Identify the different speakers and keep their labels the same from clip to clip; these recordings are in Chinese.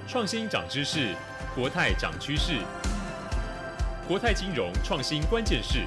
Speaker 1: 创新涨知识，国泰涨趋势。国泰金融创新关键势。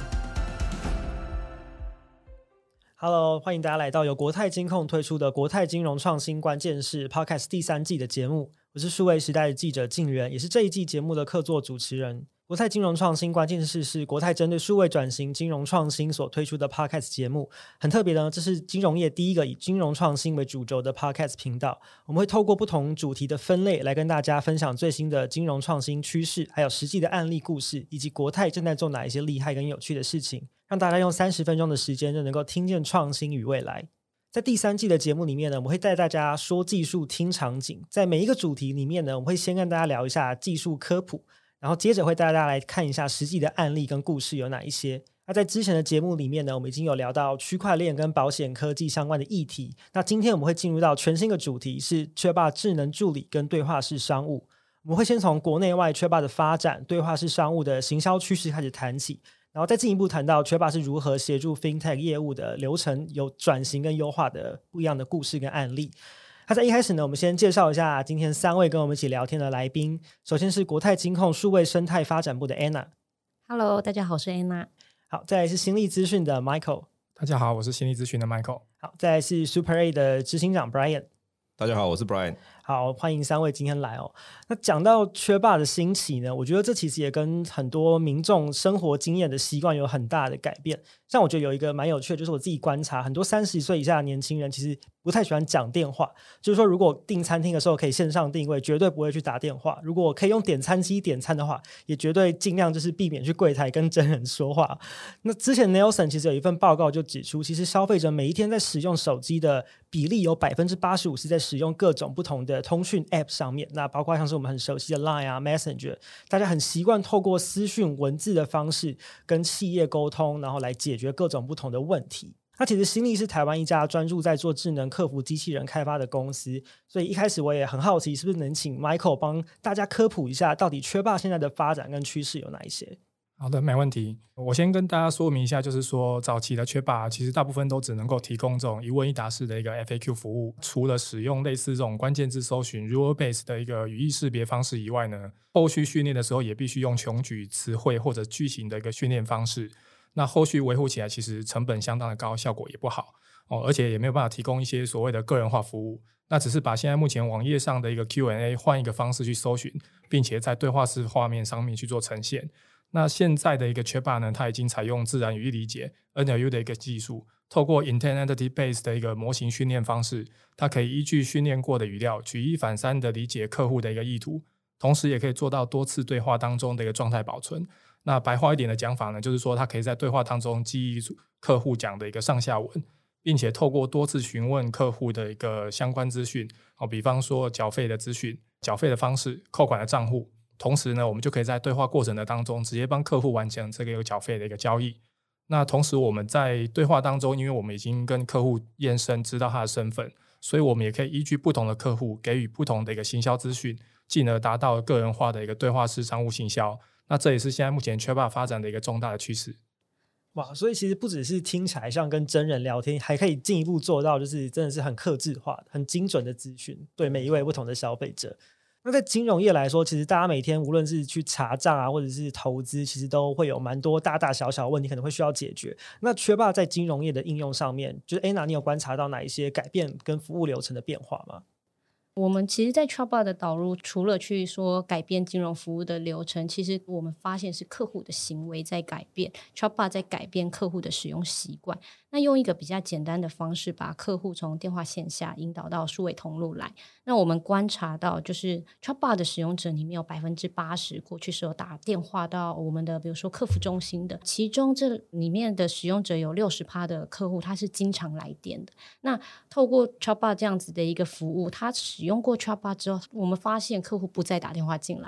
Speaker 2: Hello， 欢迎大家来到由国泰金控推出的国泰金融创新关键势 Podcast 第3季的节目。我是数位时代的记者靳元，也是这一季节目的客座主持人。国泰金融创新关键势是国泰针对数位转型金融创新所推出的 Podcast 节目。很特别呢，这是金融业第一个以金融创新为主轴的 Podcast 频道。我们会透过不同主题的分类来跟大家分享最新的金融创新趋势，还有实际的案例故事，以及国泰正在做哪一些厉害跟有趣的事情，让大家用30分钟的时间就能够听见创新与未来。在第3季的节目里面呢，我们会带大家说技术听场景。在每一个主题里面呢，我们会先跟大家聊一下技术科普，然后接着会带大家来看一下实际的案例跟故事有哪一些。那在之前的节目里面呢，我们已经有聊到区块链跟保险科技相关的议题。那今天我们会进入到全新的主题，是Chatbot智能助理跟对话式商务。我们会先从国内外Chatbot的发展、对话式商务的行销趋势开始谈起，然后再进一步谈到Chatbot是如何协助 FinTech 业务的流程有转型跟优化的不一样的故事跟案例。那在一开始呢，我们先介绍一下今天3位跟我们一起聊天的来宾。首先是国泰金控数位生态发展部的 Anna。Hello，
Speaker 3: 大家好，我是 Anna。
Speaker 2: 好，再来是新力资讯的 Michael。
Speaker 4: 大家好，我是新力资讯的 Michael。
Speaker 2: 好，再来是 Super A 的执行长 Brian。
Speaker 5: 大家好，我是 Brian。
Speaker 2: 好，欢迎3位今天来哦。那讲到Chatbot的兴起呢，我觉得这其实也跟很多民众生活经验的习惯有很大的改变。像我觉得有一个蛮有趣的，就是我自己观察，很多30岁以下的年轻人其实不太喜欢讲电话，就是说如果订餐厅的时候可以线上订位，绝对不会去打电话。如果可以用点餐机点餐的话，也绝对尽量就是避免去柜台跟真人说话。那之前 Nelson 其实有一份报告就指出，其实消费者每一天在使用手机的比例有 85% 是在使用各种不同的通讯 App 上面，那包括像是我们很熟悉的 Line 啊 Messenger， 大家很习惯透过私讯文字的方式跟企业沟通，然后来解决各种不同的问题。那其实新力是台湾一家专注在做智能客服机器人开发的公司，所以一开始我也很好奇，是不是能请 Michael 帮大家科普一下，到底Chatbot现在的发展跟趋势有哪一些？
Speaker 4: 好的，没问题。我先跟大家说明一下，就是说早期的Chatbot其实大部分都只能够提供这种一问一答式的一个 FAQ 服务，除了使用类似这种关键字搜寻 Rule Base 的一个语义识别方式以外呢，后续训练的时候也必须用穷举词汇或者句型的一个训练方式。那后续维护起来其实成本相当的高，效果也不好而且也没有办法提供一些所谓的个人化服务。那只是把现在目前网页上的一个 Q&A 换一个方式去搜寻，并且在对话式画面上面去做呈现。那现在的一个 Chatbot 呢，它已经采用自然语义理解 NLU 的一个技术，透过 Intent Entity Base 的一个模型训练方式，它可以依据训练过的语料举一反三的理解客户的一个意图，同时也可以做到多次对话当中的一个状态保存。那白话一点的讲法呢，就是说它可以在对话当中记忆客户讲的一个上下文，并且透过多次询问客户的一个相关资讯比方说缴费的资讯、缴费的方式、扣款的账户，同时呢我们就可以在对话过程的当中直接帮客户完成这个有缴费的一个交易。那同时我们在对话当中，因为我们已经跟客户验身知道他的身份，所以我们也可以依据不同的客户给予不同的一个行销资讯，进而达到个人化的一个对话式商务行销。那这也是现在目前Chatbot发展的一个重大的趋势。
Speaker 2: 哇，所以其实不只是听起来像跟真人聊天，还可以进一步做到就是真的是很客制化、很精准的资讯，对每一位不同的消费者。那在金融业来说，其实大家每天无论是去查账啊，或者是投资，其实都会有蛮多大大小小的问题可能会需要解决。那Chatbot在金融业的应用上面，就是 Anna 你有观察到哪一些改变跟服务流程的变化吗？
Speaker 3: 我们其实在 Chatbot 的导入，除了去说改变金融服务的流程，其实我们发现是客户的行为在改变， Chatbot 在改变客户的使用习惯。那用一个比较简单的方式把客户从电话线下引导到数位通路来。那我们观察到就是 Chatbot 的使用者里面有 80% 过去是有打电话到我们的比如说客服中心的，其中这里面的使用者有 60% 的客户他是经常来电的。那透过 Chatbot 这样子的一个服务，他使用过 Chatbot 之后，我们发现客户不再打电话进来了，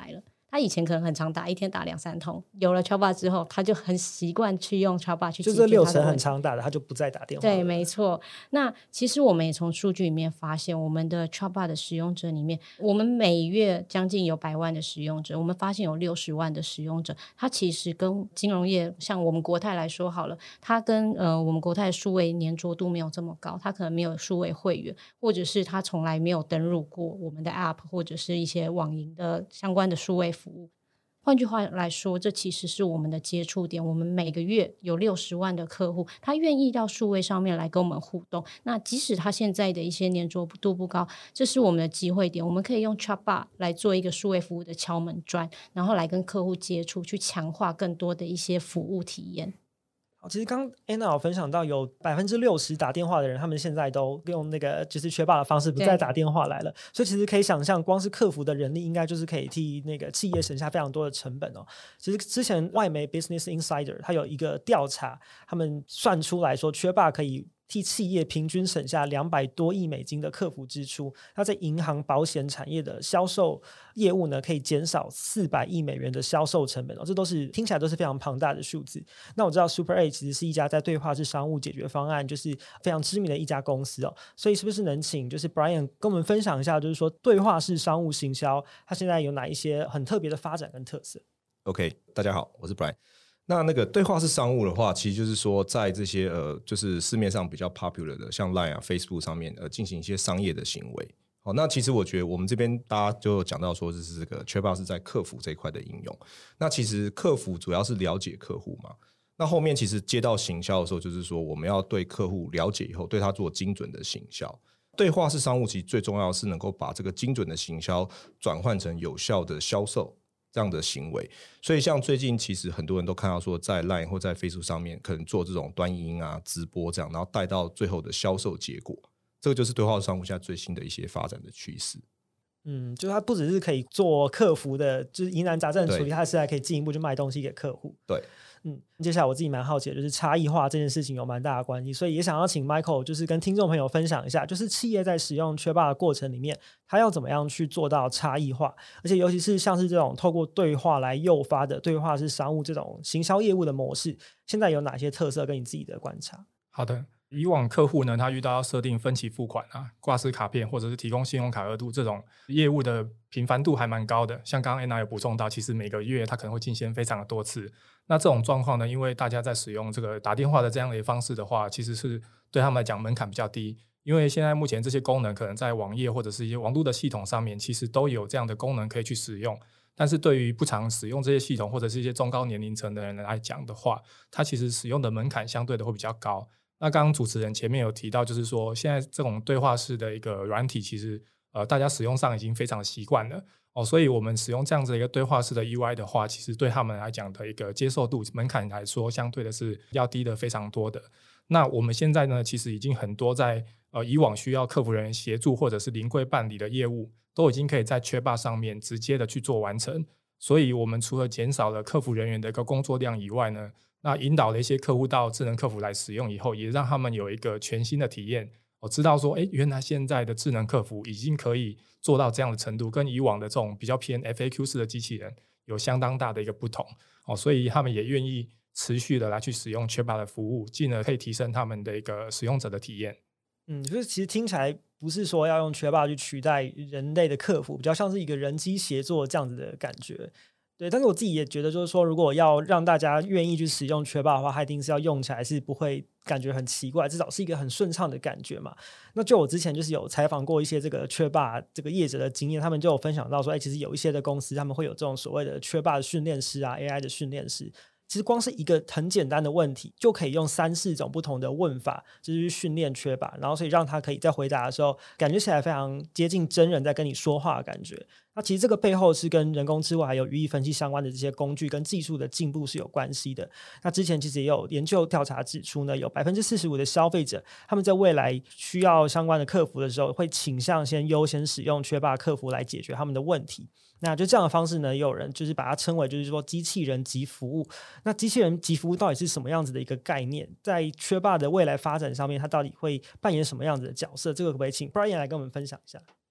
Speaker 3: 他以前可能很常打，一天打2-3通，有了 Chatbot 之后他就很习惯去用 Chatbot 去解决他的问题，
Speaker 2: 就这6成很常打的他就不再打电话了。
Speaker 3: 对，没错。那其实我们也从数据里面发现，我们的 Chatbot 的使用者里面，我们每月将近有100万的使用者，我们发现有60万的使用者，他其实跟金融业，像我们国泰来说好了，他跟我们国泰的数位粘着度没有这么高，他可能没有数位会员，或者是他从来没有登入过我们的 App 或者是一些网银的相关的数位服务。换句话来说，这其实是我们的接触点，我们每个月有60万的客户，他愿意到数位上面来跟我们互动，那即使他现在的一些粘着度不高，这是我们的机会点，我们可以用 Chatbot 来做一个数位服务的敲门砖，然后来跟客户接触，去强化更多的一些服务体验。
Speaker 2: 好，其实刚 Anna 有分享到有60%打电话的人，他们现在都用那个就是Chatbot的方式不再打电话来了，所以其实可以想象，光是客服的人力应该就是可以替那个企业省下非常多的成本哦。其实之前外媒 Business Insider 它有一个调查，他们算出来说Chatbot可以替企业平均省下200多亿美金的客服支出，它在银行保险产业的销售业务呢，可以减少400亿美元的销售成本哦，这都是听起来都是非常庞大的数字。那我知道 Super A 其实是一家在对话式商务解决方案就是非常知名的一家公司哦，所以是不是能请就是 Brian 跟我们分享一下，就是说对话式商务行销它现在有哪一些很特别的发展跟特色？
Speaker 5: OK， 大家好，我是 Brian。那个对话式商务的话，其实就是说在这些就是市面上比较 popular 的像 Line 啊 Facebook 上面进行一些商业的行为。好，那其实我觉得我们这边大家就讲到说，就是这个 Chatbot 是在客服这一块的应用。那其实客服主要是了解客户嘛，那后面其实接到行销的时候，就是说我们要对客户了解以后，对他做精准的行销。对话式商务其实最重要的是能够把这个精准的行销转换成有效的销售这样的行为。所以像最近其实很多人都看到说在 Line 或在 Facebook 上面可能做这种短影音啊直播这样，然后带到最后的销售结果，这个就是对话式商务现在最新的一些发展的趋势。
Speaker 2: 就是它不只是可以做客服的就是疑难杂症处理，它是还可以进一步去卖东西给客户。
Speaker 5: 对，
Speaker 2: 接下来我自己蛮好奇的就是差异化这件事情有蛮大的关系，所以也想要请 Michael 就是跟听众朋友分享一下，就是企业在使用Chatbot的过程里面，它要怎么样去做到差异化，而且尤其是像是这种透过对话来诱发的对话式商务这种行销业务的模式，现在有哪些特色跟你自己的观察？
Speaker 4: 好的，以往客户呢，他遇到要设定分期付款啊、挂失卡片或者是提供信用卡额度这种业务的频繁度还蛮高的。像刚刚 Anna 有补充到，其实每个月他可能会进线非常的多次。那这种状况呢，因为大家在使用这个打电话的这样的一个方式的话，其实是对他们来讲门槛比较低。因为现在目前这些功能可能在网页或者是一些网络的系统上面，其实都有这样的功能可以去使用。但是对于不常使用这些系统或者是一些中高年龄层的人来讲的话，它其实使用的门槛相对的会比较高。那刚刚主持人前面有提到，就是说现在这种对话式的一个软体，其实大家使用上已经非常习惯了哦，所以我们使用这样子的一个对话式的 UI 的话，其实对他们来讲的一个接受度门槛来说，相对的是要低的非常多的。那我们现在呢，其实已经很多在以往需要客服人员协助或者是临柜办理的业务，都已经可以在Chatbot上面直接的去做完成。所以我们除了减少了客服人员的一个工作量以外呢，那引导了一些客户到智能客服来使用以后，也让他们有一个全新的体验。我知道说，原来现在的智能客服已经可以做到这样的程度，跟以往的这种比较偏 FAQ 式的机器人有相当大的一个不同。所以他们也愿意持续的来去使用Chatbot的服务，进而可以提升他们的一个使用者的体验。
Speaker 2: 就是其实听起来不是说要用Chatbot去取代人类的客服，比较像是一个人机协作这样子的感觉。对，但是我自己也觉得，就是说，如果要让大家愿意去使用Chatbot的话，它一定是要用起来是不会感觉很奇怪，至少是一个很顺畅的感觉嘛。那就我之前就是有采访过一些这个Chatbot这个业者的经验，他们就有分享到说，其实有一些的公司他们会有这种所谓的Chatbot的训练师啊 ，AI 的训练师。其实光是一个很简单的问题，就可以用3-4种不同的问法，就是去训练Chatbot，然后所以让他可以在回答的时候，感觉起来非常接近真人在跟你说话的感觉。那其实这个背后是跟人工智慧还有语义分析相关的这些工具跟技术的进步是有关系的。那之前其实也有研究调查指出呢，有 45% 的消费者他们在未来需要相关的客服的时候，会倾向先优先使用Chatbot客服来解决他们的问题。那就这样的方式呢，也有人就是把它称为就是说机器人级服务。那机器人级服务到底是什么样子的一个概念？在Chatbot的未来发展上面，它到底会扮演什么样子的角色？这个可不可以请 Brian 来跟我们分享一下？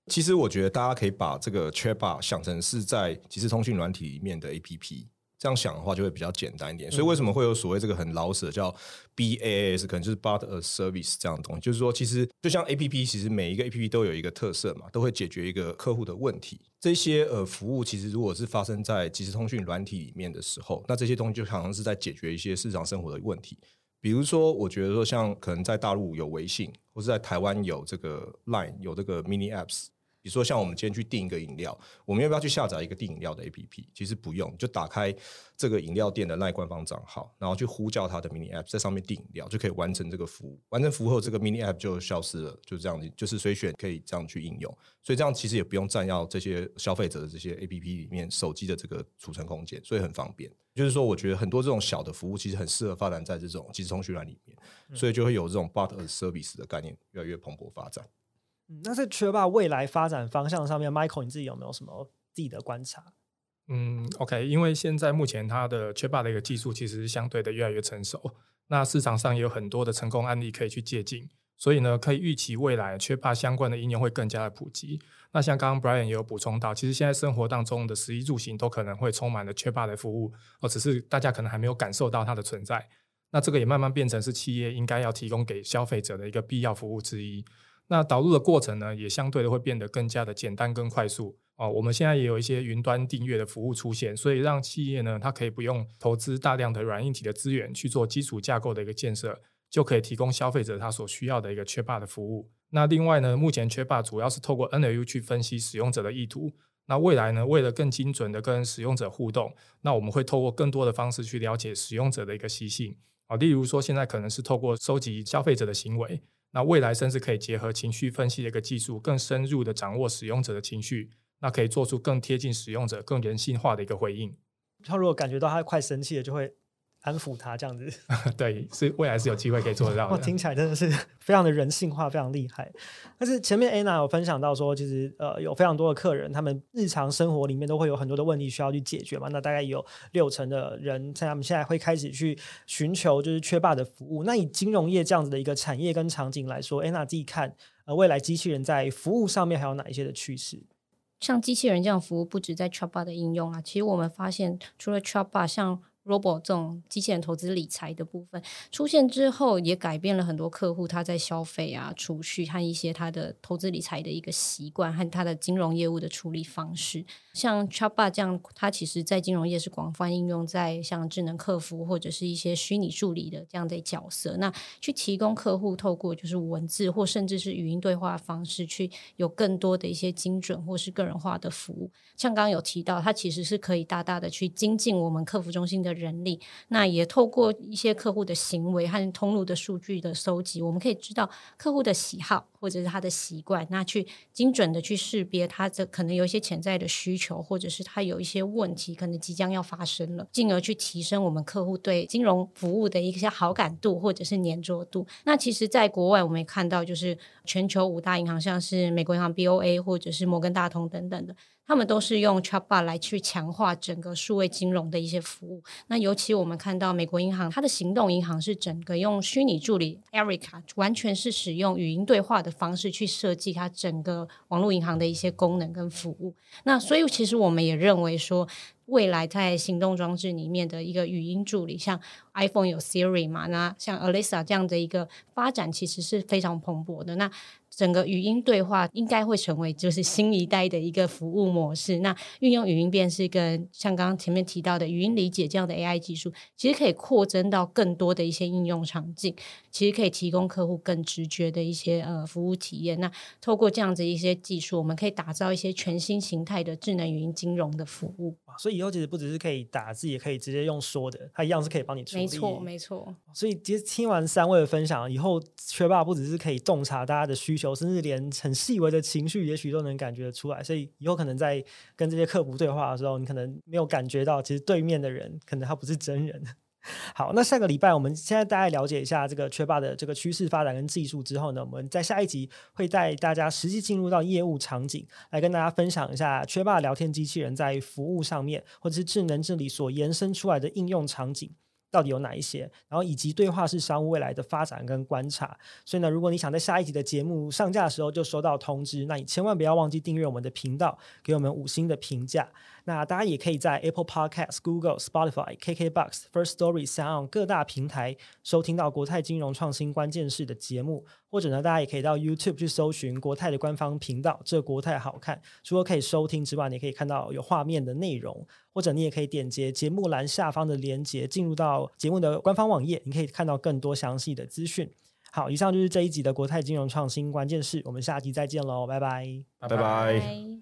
Speaker 5: 其实我觉得大家可以把这个 Chatbot 想成是在即时通讯软体里面的 APP， 这样想的话就会比较简单一点。所以为什么会有所谓这个很老舍叫 BaaS， 可能就是 Bot as Service 这样的东西，就是说其实就像 APP， 其实每一个 APP 都有一个特色嘛，都会解决一个客户的问题。这些服务其实如果是发生在即时通讯软体里面的时候，那这些东西就好像是在解决一些日常生活的问题。比如说我觉得说像可能在大陆有微信，或是在台湾有这个 Line， 有这个 mini apps，比如说像我们今天去订一个饮料，我们要不要去下载一个订饮料的 APP？ 其实不用，就打开这个饮料店的 LINE 官方账号，然后去呼叫它的 mini app， 在上面订饮料就可以完成这个服务。完成服务后，这个 mini app 就消失了，就这样子，就是随选可以这样去应用。所以这样其实也不用占用这些消费者的这些 APP 里面手机的这个储存空间，所以很方便。就是说，我觉得很多这种小的服务其实很适合发展在这种即时通讯软里面，所以就会有这种 Bot as Service 的概念越来越蓬勃发展。
Speaker 2: 那在Chatbot未来发展方向上面 ，Michael 你自己有没有什么自己的观察
Speaker 4: ？OK， 因为现在目前它的Chatbot的一个技术其实是相对的越来越成熟，那市场上也有很多的成功案例可以去借鉴，所以呢，可以预期未来Chatbot相关的应用会更加的普及。那像刚刚 Brian 也有补充到，其实现在生活当中的食衣住行都可能会充满了Chatbot的服务，只是大家可能还没有感受到它的存在。那这个也慢慢变成是企业应该要提供给消费者的一个必要服务之一。那导入的过程呢，也相对的会变得更加的简单跟快速我们现在也有一些云端订阅的服务出现，所以让企业呢，它可以不用投资大量的软硬体的资源去做基础架构的一个建设，就可以提供消费者他所需要的一个Chatbot的服务。那另外呢，目前Chatbot主要是透过 NLU 去分析使用者的意图。那未来呢，为了更精准的跟使用者互动，那我们会透过更多的方式去了解使用者的一个习性例如说现在可能是透过收集消费者的行为，那未来甚至可以结合情绪分析的一个技术，更深入的掌握使用者的情绪，那可以做出更贴近使用者、更人性化的一个回应。
Speaker 2: 他如果感觉到他快生气了，就会安抚他这样子。
Speaker 4: 对，是未来是有机会可以做得到的。
Speaker 2: 听起来真的是非常的人性化，非常厉害。但是前面 Anna 有分享到说，其实有非常多的客人，他们日常生活里面都会有很多的问题需要去解决嘛。那大概有60%的人，他们现在会开始去寻求就是Chatbot的服务。那以金融业这样子的一个产业跟场景来说，Anna 自己看未来机器人在服务上面还有哪一些的趋势？
Speaker 3: 像机器人这样服务不止在 Chatbot 的应用其实我们发现除了 Chatbot， 像Robo 这种机器人投资理财的部分出现之后，也改变了很多客户他在消费储蓄和一些他的投资理财的一个习惯和他的金融业务的处理方式。像 Chatbot 这样，它其实在金融业是广泛应用在像智能客服或者是一些虚拟助理的这样的角色，那去提供客户透过就是文字或甚至是语音对话的方式，去有更多的一些精准或是个人化的服务。像刚刚有提到，它其实是可以大大的去精进我们客服中心的人力，那也透过一些客户的行为和通路的数据的收集，我们可以知道客户的喜好或者是他的习惯，那去精准的去识别他的可能有一些潜在的需求，或者是他有一些问题可能即将要发生了，进而去提升我们客户对金融服务的一些好感度或者是黏着度。那其实在国外我们也看到，就是全球5大银行，像是美国银行 BOA 或者是摩根大通等等的，他们都是用 Chatbot 来去强化整个数位金融的一些服务。那尤其我们看到美国银行，它的行动银行是整个用虚拟助理 Erica， 完全是使用语音对话的方式去设计它整个网络银行的一些功能跟服务。那所以其实我们也认为说，未来在行动装置里面的一个语音助理，像 iPhone 有 Siri 嘛，那像 Alexa 这样的一个发展其实是非常蓬勃的。那整个语音对话应该会成为就是新一代的一个服务模式。那运用语音辨识跟像刚刚前面提到的语音理解这样的 AI 技术，其实可以扩增到更多的一些应用场景，其实可以提供客户更直觉的一些服务体验。那透过这样子一些技术，我们可以打造一些全新形态的智能语音金融的服务。
Speaker 2: 所以以后其实不只是可以打字，也可以直接用说的，它一样是可以帮你处理。
Speaker 3: 没错没错。
Speaker 2: 所以其实听完3位的分享以后，Chatbot不只是可以洞察大家的需求，甚至连很细微的情绪也许都能感觉得出来。所以以后可能在跟这些客服对话的时候，你可能没有感觉到其实对面的人可能他不是真人。好，那下个礼拜我们现在大概了解一下这个Chatbot的这个趋势发展跟技术之后呢，我们在下一集会带大家实际进入到业务场景，来跟大家分享一下Chatbot聊天机器人在服务上面或者是智能治理所延伸出来的应用场景。 到底有哪一些，然后以及对话式商务未来的发展跟观察。所以呢，如果你想在下一集的节目上架的时候就收到通知，那你千万不要忘记订阅我们的频道，给我们5星的评价。那大家也可以在 Apple Podcast、Google、Spotify、KKBox、Firstory、Sound 各大平台收听到国泰金融创新关键势的节目，或者呢，大家也可以到 YouTube 去搜寻国泰的官方频道，这国泰好看。除了可以收听之外，你也可以看到有画面的内容，或者你也可以点击节目栏下方的连结，进入到节目的官方网页，你可以看到更多详细的资讯。好，以上就是这一集的国泰金融创新关键势，我们下集再见喽，拜拜，
Speaker 5: 拜拜。